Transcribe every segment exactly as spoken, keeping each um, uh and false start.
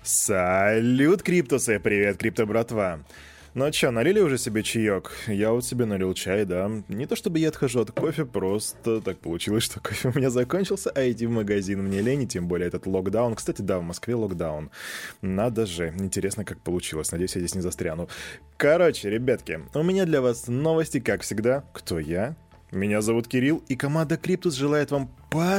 Салют, криптусы! Привет, крипто братва! Ну чё, налили уже себе чаек? Я вот себе налил чай, да. Не то чтобы я отхожу от кофе, просто так получилось, что кофе у меня закончился, а идти в магазин мне лень, и тем более этот локдаун. Кстати, да, в Москве локдаун. Надо же, интересно, как получилось. Надеюсь, я здесь не застряну. Короче, ребятки, у меня для вас новости, как всегда. Кто я? Меня зовут Кирилл, и команда Криптус желает вам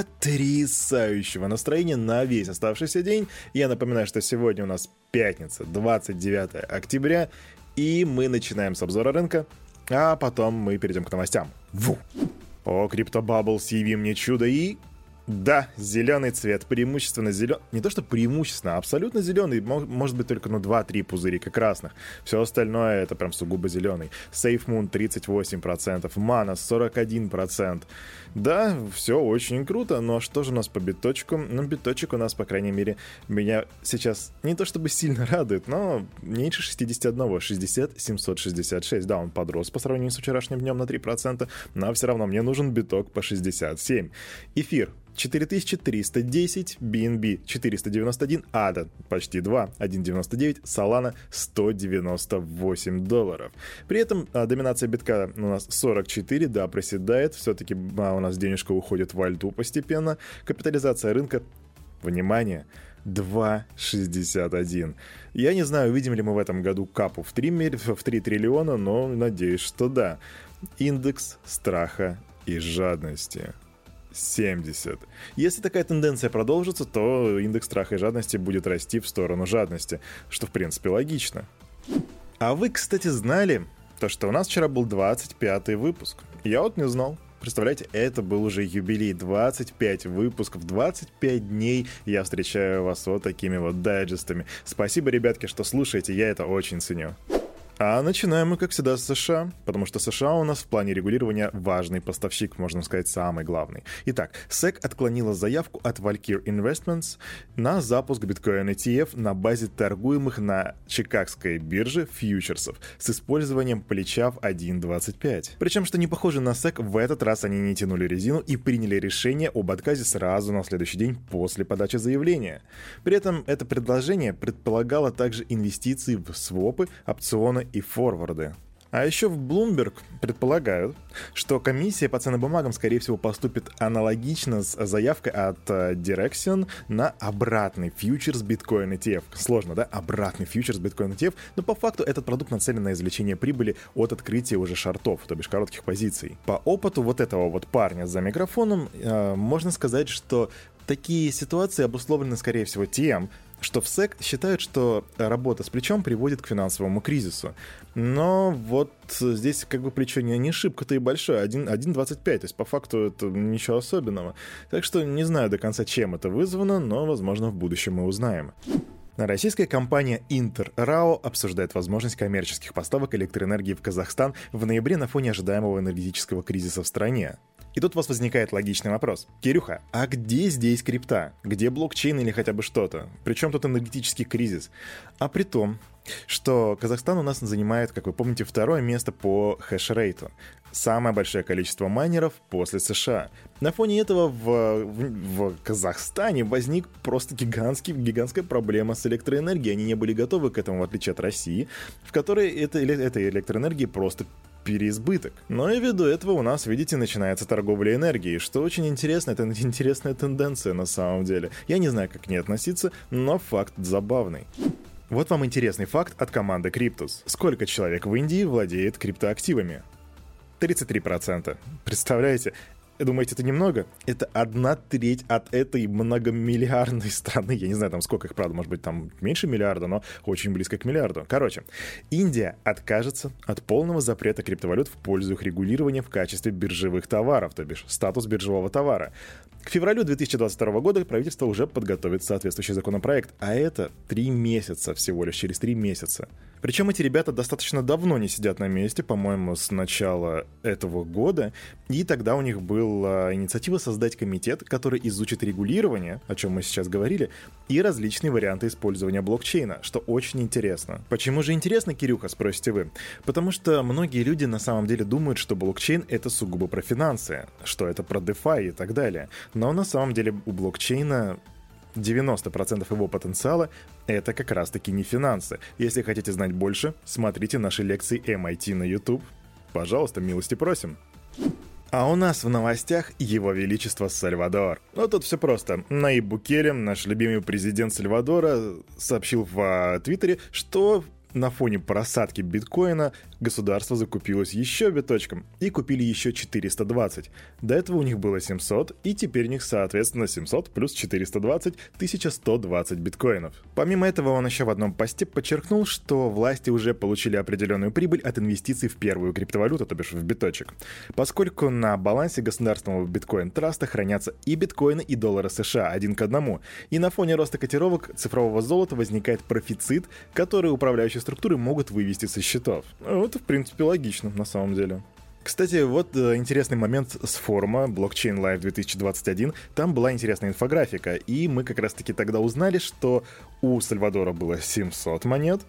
потрясающего настроения на весь оставшийся день. Я напоминаю, что сегодня у нас пятница, двадцать девятое октября, и мы начинаем с обзора рынка, а потом мы перейдем к новостям. Ву! О, криптобабблс, яви мне чудо и... Да, зеленый цвет, преимущественно зеленый, не то что преимущественно, а абсолютно зеленый, может быть только ну два-три пузырика красных, все остальное это прям сугубо зеленый. SafeMoon тридцать восемь процентов, Mana сорок один процент. Да, все очень круто, но что же у нас по биточку? Ну, биточек у нас, по крайней мере, меня сейчас не то чтобы сильно радует, но меньше шестьдесят один, шестьдесят семьсот шестьдесят шесть. Да, он подрос по сравнению с вчерашним днем на три процента, но все равно мне нужен биток по шестьдесят семь. Эфир четыре тысячи триста десять, би эн би четыреста девяносто один, ада почти два, сто девяносто девять, Solana сто девяносто восемь долларов. При этом а, доминация битка у нас сорок четыре, да, проседает, все-таки а, у нас денежка уходит в альту постепенно. Капитализация рынка, внимание, два шестьдесят один. Я не знаю, увидим ли мы в этом году капу в три, в три триллиона, но надеюсь, что да. Индекс страха и жадности семьдесят. Если такая тенденция продолжится, то индекс страха и жадности будет расти в сторону жадности, что в принципе логично. А вы, кстати, знали, то, что у нас вчера был двадцать пятый выпуск? Я вот не знал. Представляете, это был уже юбилей, двадцать пять выпусков, двадцать пять дней я встречаю вас вот такими вот дайджестами. Спасибо, ребятки, что слушаете, я это очень ценю. А начинаем мы, как всегда, с США, потому что США у нас в плане регулирования важный поставщик, можно сказать, самый главный. Итак, сек отклонила заявку от Valkyr Investments на запуск биткоин и ти эф на базе торгуемых на Чикагской бирже фьючерсов с использованием плеча в один двадцать пять. Причем, что не похоже на сек, в этот раз они не тянули резину и приняли решение об отказе сразу на следующий день после подачи заявления. При этом это предложение предполагало также инвестиции в свопы, опционы и форварды. А еще в Bloomberg предполагают, что комиссия по ценным бумагам, скорее всего, поступит аналогично с заявкой от Direxion на обратный фьючерс биткоин и ти эф. Сложно, да? Обратный фьючерс биткоин и ти эф, но по факту этот продукт нацелен на извлечение прибыли от открытия уже шортов, то бишь коротких позиций. По опыту вот этого вот парня за микрофоном э, можно сказать, что такие ситуации обусловлены, скорее всего, тем, что в сек считают, что работа с плечом приводит к финансовому кризису. Но вот здесь как бы плечо не, не шибко-то и большое, один двадцать пять, то есть по факту это ничего особенного. Так что не знаю до конца, чем это вызвано, но, возможно, в будущем мы узнаем. Российская компания Интер РАО обсуждает возможность коммерческих поставок электроэнергии в Казахстан в ноябре на фоне ожидаемого энергетического кризиса в стране. И тут у вас возникает логичный вопрос. Кирюха, а где здесь крипта? Где блокчейн или хотя бы что-то? Причем тут энергетический кризис? А при том, что Казахстан у нас занимает, как вы помните, второе место по хэшрейту. Самое большое количество майнеров после США. На фоне этого в, в, в Казахстане возник просто гигантский, гигантская проблема с электроэнергией. Они не были готовы к этому, в отличие от России, в которой это, этой электроэнергии просто переизбыток. Но и ввиду этого у нас, видите, начинается торговля энергией, что очень интересно, это интересная тенденция на самом деле. Я не знаю, как к ней относиться, но факт забавный. Вот вам интересный факт от команды Криптус. Сколько человек в Индии владеет криптоактивами? тридцать три процента. Представляете? Думаете, это немного? Это одна треть от этой многомиллиардной страны. Я не знаю, там сколько их, правда, может быть, там меньше миллиарда, но очень близко к миллиарду. Короче, Индия откажется от полного запрета криптовалют в пользу их регулирования в качестве биржевых товаров, то бишь статус биржевого товара. К февралю две тысячи двадцать второго года правительство уже подготовит соответствующий законопроект, а это три месяца всего лишь, через три месяца. Причем эти ребята достаточно давно не сидят на месте, по-моему, с начала этого года, и тогда у них была инициатива создать комитет, который изучит регулирование, о чем мы сейчас говорили, и различные варианты использования блокчейна, что очень интересно. Почему же интересно, Кирюха, спросите вы? Потому что многие люди на самом деле думают, что блокчейн — это сугубо про финансы, что это про DeFi и так далее. Но на самом деле у блокчейна девяносто процентов его потенциала — это как раз-таки не финансы. Если хотите знать больше, смотрите наши лекции эм ай ти на YouTube. Пожалуйста, милости просим. А у нас в новостях Его Величество Сальвадор. Ну, тут все просто. Наиб Букеле, наш любимый президент Сальвадора, сообщил в Твиттере, что на фоне просадки биткоина государство закупилось еще биточком и купили еще четыреста двадцать. До этого у них было семьсот, и теперь у них, соответственно, семьсот плюс четыреста двадцать — тысяча сто двадцать биткоинов. Помимо этого, он еще в одном посте подчеркнул, что власти уже получили определенную прибыль от инвестиций в первую криптовалюту, то бишь в биточек. Поскольку на балансе государственного биткоин-траста хранятся и биткоины, и доллары США один к одному, и на фоне роста котировок цифрового золота возникает профицит, который управляющие структуры могут вывести со счетов. Это, в принципе, логично на самом деле. Кстати, вот э, интересный момент с форума Blockchain Live две тысячи двадцать один. Там была интересная инфографика, и мы как раз-таки тогда узнали, что у Сальвадора было семьсот монет,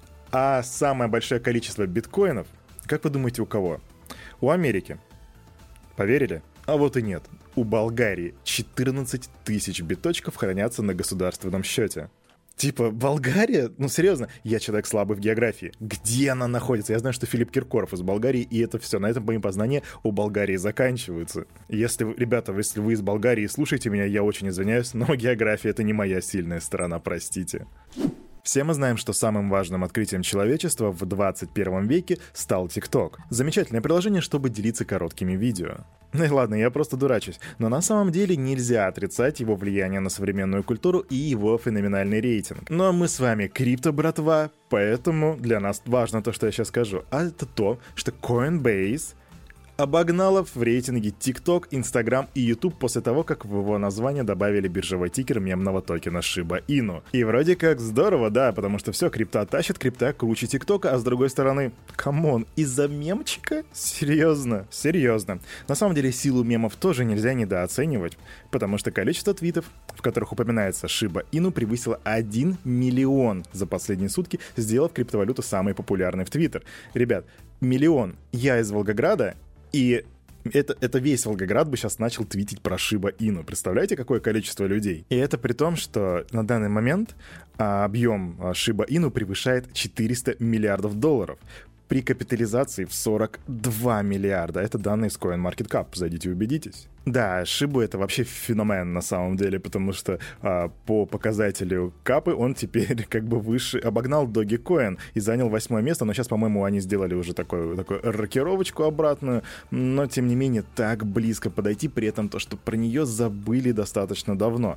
а самое большое количество биткоинов, как вы думаете, у кого? У Америки. Поверили? А вот и нет. У Болгарии четырнадцать тысяч биточков хранятся на государственном счете. Типа, Болгария? Ну, серьезно, я человек слабый в географии. Где она находится? Я знаю, что Филипп Киркоров из Болгарии, и это все. На этом мои познания у Болгарии заканчиваются. Если, ребята, если вы из Болгарии слушаете меня, я очень извиняюсь, но география — это не моя сильная сторона, простите. Все мы знаем, что самым важным открытием человечества в двадцать первом веке стал ТикТок. Замечательное приложение, чтобы делиться короткими видео. Ну и ладно, я просто дурачусь, но на самом деле нельзя отрицать его влияние на современную культуру и его феноменальный рейтинг. Но мы с вами крипто-братва, поэтому для нас важно то, что я сейчас скажу. А это то, что Coinbase обогнала в рейтинге TikTok, Instagram и YouTube после того, как в его название добавили биржевой тикер мемного токена Shiba Inu. И вроде как здорово, да, потому что все, крипта тащит, крипта круче ТикТока, а с другой стороны, камон, из-за мемчика? Серьезно? Серьезно. На самом деле силу мемов тоже нельзя недооценивать, потому что количество твитов, в которых упоминается Shiba Inu, превысило один миллион за последние сутки, сделав криптовалюту самой популярной в Твиттер. Ребят, миллион. Я из Волгограда, и это, это весь Волгоград бы сейчас начал твитить про Shiba Inu. Представляете, какое количество людей? И это при том, что на данный момент а, объем а, Shiba Inu превышает четыреста миллиардов долларов. При капитализации в сорок два миллиарда. Это данные с CoinMarketCap. Зайдите и убедитесь. Да, Shiba — это вообще феномен на самом деле, потому что а, по показателю капы он теперь как бы выше, обогнал Dogecoin и занял восьмое место, но сейчас, по-моему, они сделали уже такую, такую рокировочку обратную, но тем не менее так близко подойти, при этом то, что про нее забыли достаточно давно.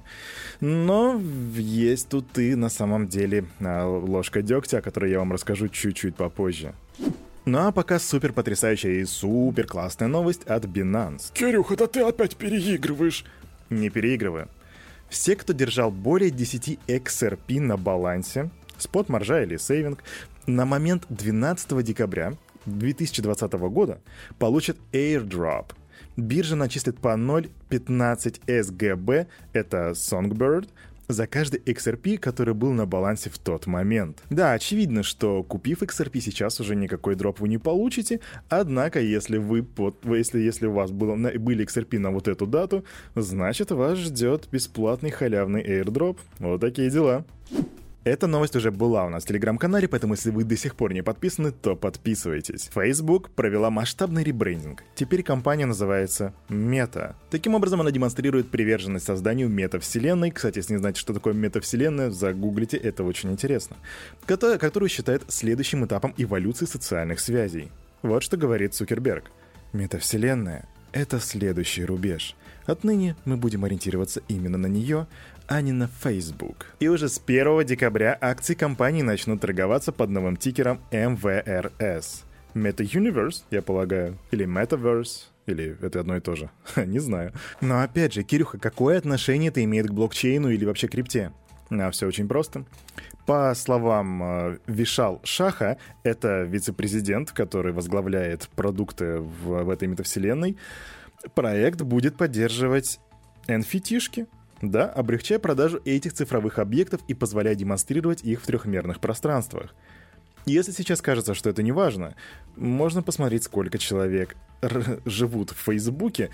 Но есть тут и на самом деле ложка дегтя, о которой я вам расскажу чуть-чуть попозже. Ну а пока супер потрясающая и супер классная новость от Binance. Кирюха, да ты опять переигрываешь. Не переигрываю. Все, кто держал более десять икс эр пи на балансе, спот-маржа или сейвинг, на момент двенадцатого декабря две тысячи двадцатого года получат airdrop. Биржа начислит по ноль целых пятнадцать эс гэ бэ, это Songbird, за каждый икс эр пи, который был на балансе в тот момент. Да, очевидно, что купив икс эр пи, сейчас уже никакой дроп вы не получите, однако если вы под, если, если у вас было, были икс эр пи на вот эту дату, значит вас ждет бесплатный халявный airdrop. Вот такие дела. Эта новость уже была у нас в Телеграм-канале, поэтому если вы до сих пор не подписаны, то подписывайтесь. Facebook провела масштабный ребрендинг. Теперь компания называется Meta. Таким образом, она демонстрирует приверженность созданию метавселенной. Кстати, если не знаете, что такое метавселенная, загуглите, это очень интересно. Которую считает следующим этапом эволюции социальных связей. Вот что говорит Цукерберг. Метавселенная — это следующий рубеж. Отныне мы будем ориентироваться именно на нее, а не на Facebook. И уже с первого декабря акции компании начнут торговаться под новым тикером эм вэ эр эс. Meta Universe, я полагаю, или Metaverse, или это одно и то же, не знаю. Но опять же, Кирюха, какое отношение это имеет к блокчейну или вообще крипте? А все очень просто. По словам э, Вишал Шаха, это вице-президент, который возглавляет продукты в, в этой метавселенной, проект будет поддерживать эн эф ти-шки, да, облегчая продажу этих цифровых объектов и позволяя демонстрировать их в трехмерных пространствах. Если сейчас кажется, что это не важно, можно посмотреть, сколько человек р- живут в Фейсбуке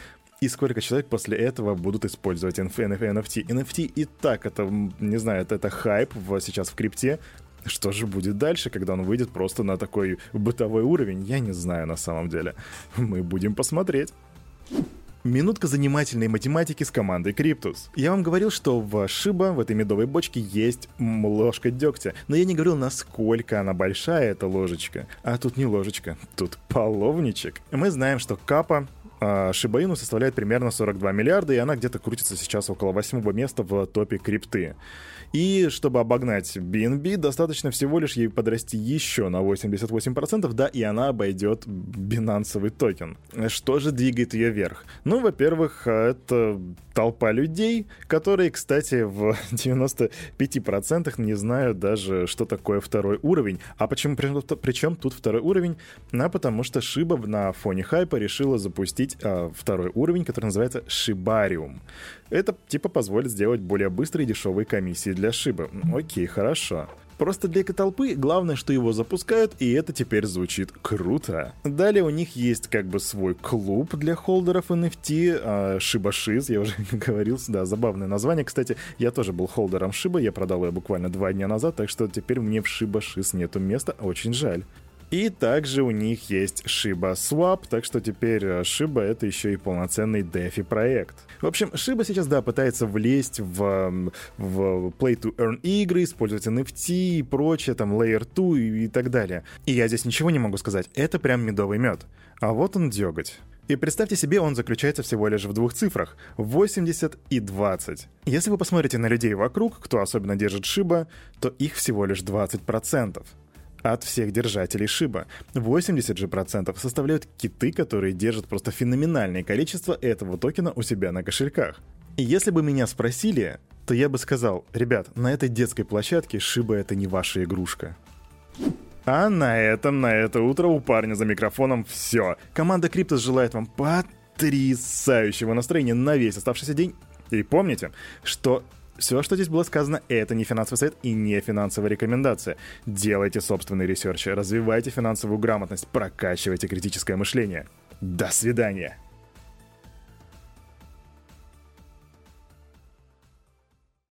И сколько человек после этого будут использовать эн эф ти? эн эф ти, эн эф ти и так, это, не знаю, это, это хайп в, сейчас в крипте. Что же будет дальше, когда он выйдет просто на такой бытовой уровень? Я не знаю на самом деле. Мы будем посмотреть. Минутка занимательной математики с командой Криптус. Я вам говорил, что в Shiba, в этой медовой бочке, есть ложка дегтя. Но я не говорил, насколько она большая, эта ложечка. А тут не ложечка, тут половничек. Мы знаем, что капа Shiba Inu составляет примерно сорок два миллиарда, и она где-то крутится сейчас около восьмого места в топе крипты. И чтобы обогнать би эн би, достаточно всего лишь ей подрасти еще на восемьдесят восемь процентов, да, и она обойдет бинансовый токен. Что же двигает ее вверх? Ну, во-первых, это толпа людей, которые, кстати, в девяноста пяти процентах не знают даже, что такое второй уровень. А почему? Причем тут второй уровень? Ну, потому что Shiba на фоне хайпа решила запустить а, второй уровень, который называется Shibarium. Это типа позволит сделать более быстрые и дешевые комиссии для Shiba. Окей, хорошо. Просто для толпы главное, что его запускают, и это теперь звучит круто. Далее у них есть как бы свой клуб для холдеров эн эф ти, uh, Shiba Shiz, я уже говорил, да, забавное название. Кстати, я тоже был холдером Shiba, я продал ее буквально два дня назад, так что теперь мне в Shiba Shiz нету места, очень жаль. И также у них есть Shiba Swap, так что теперь Shiba — это еще и полноценный DeFi проект. В общем, Shiba сейчас, да, пытается влезть в, в Play-to-Earn игры, использовать эн эф ти и прочее, там, Layer два и, и так далее. И я здесь ничего не могу сказать, это прям медовый мед. А вот он деготь. И представьте себе, он заключается всего лишь в двух цифрах — восемьдесят и двадцать. Если вы посмотрите на людей вокруг, кто особенно держит Shiba, то их всего лишь двадцать процентов. От всех держателей Shiba. восемьдесят же процентов составляют киты, которые держат просто феноменальное количество этого токена у себя на кошельках. И если бы меня спросили, то я бы сказал: ребят, на этой детской площадке Shiba — это не ваша игрушка. А на этом, на это утро у парня за микрофоном все. Команда Криптус желает вам потрясающего настроения на весь оставшийся день. И помните, что все, что здесь было сказано, это не финансовый совет и не финансовая рекомендация. Делайте собственный ресерч, развивайте финансовую грамотность, прокачивайте критическое мышление. До свидания.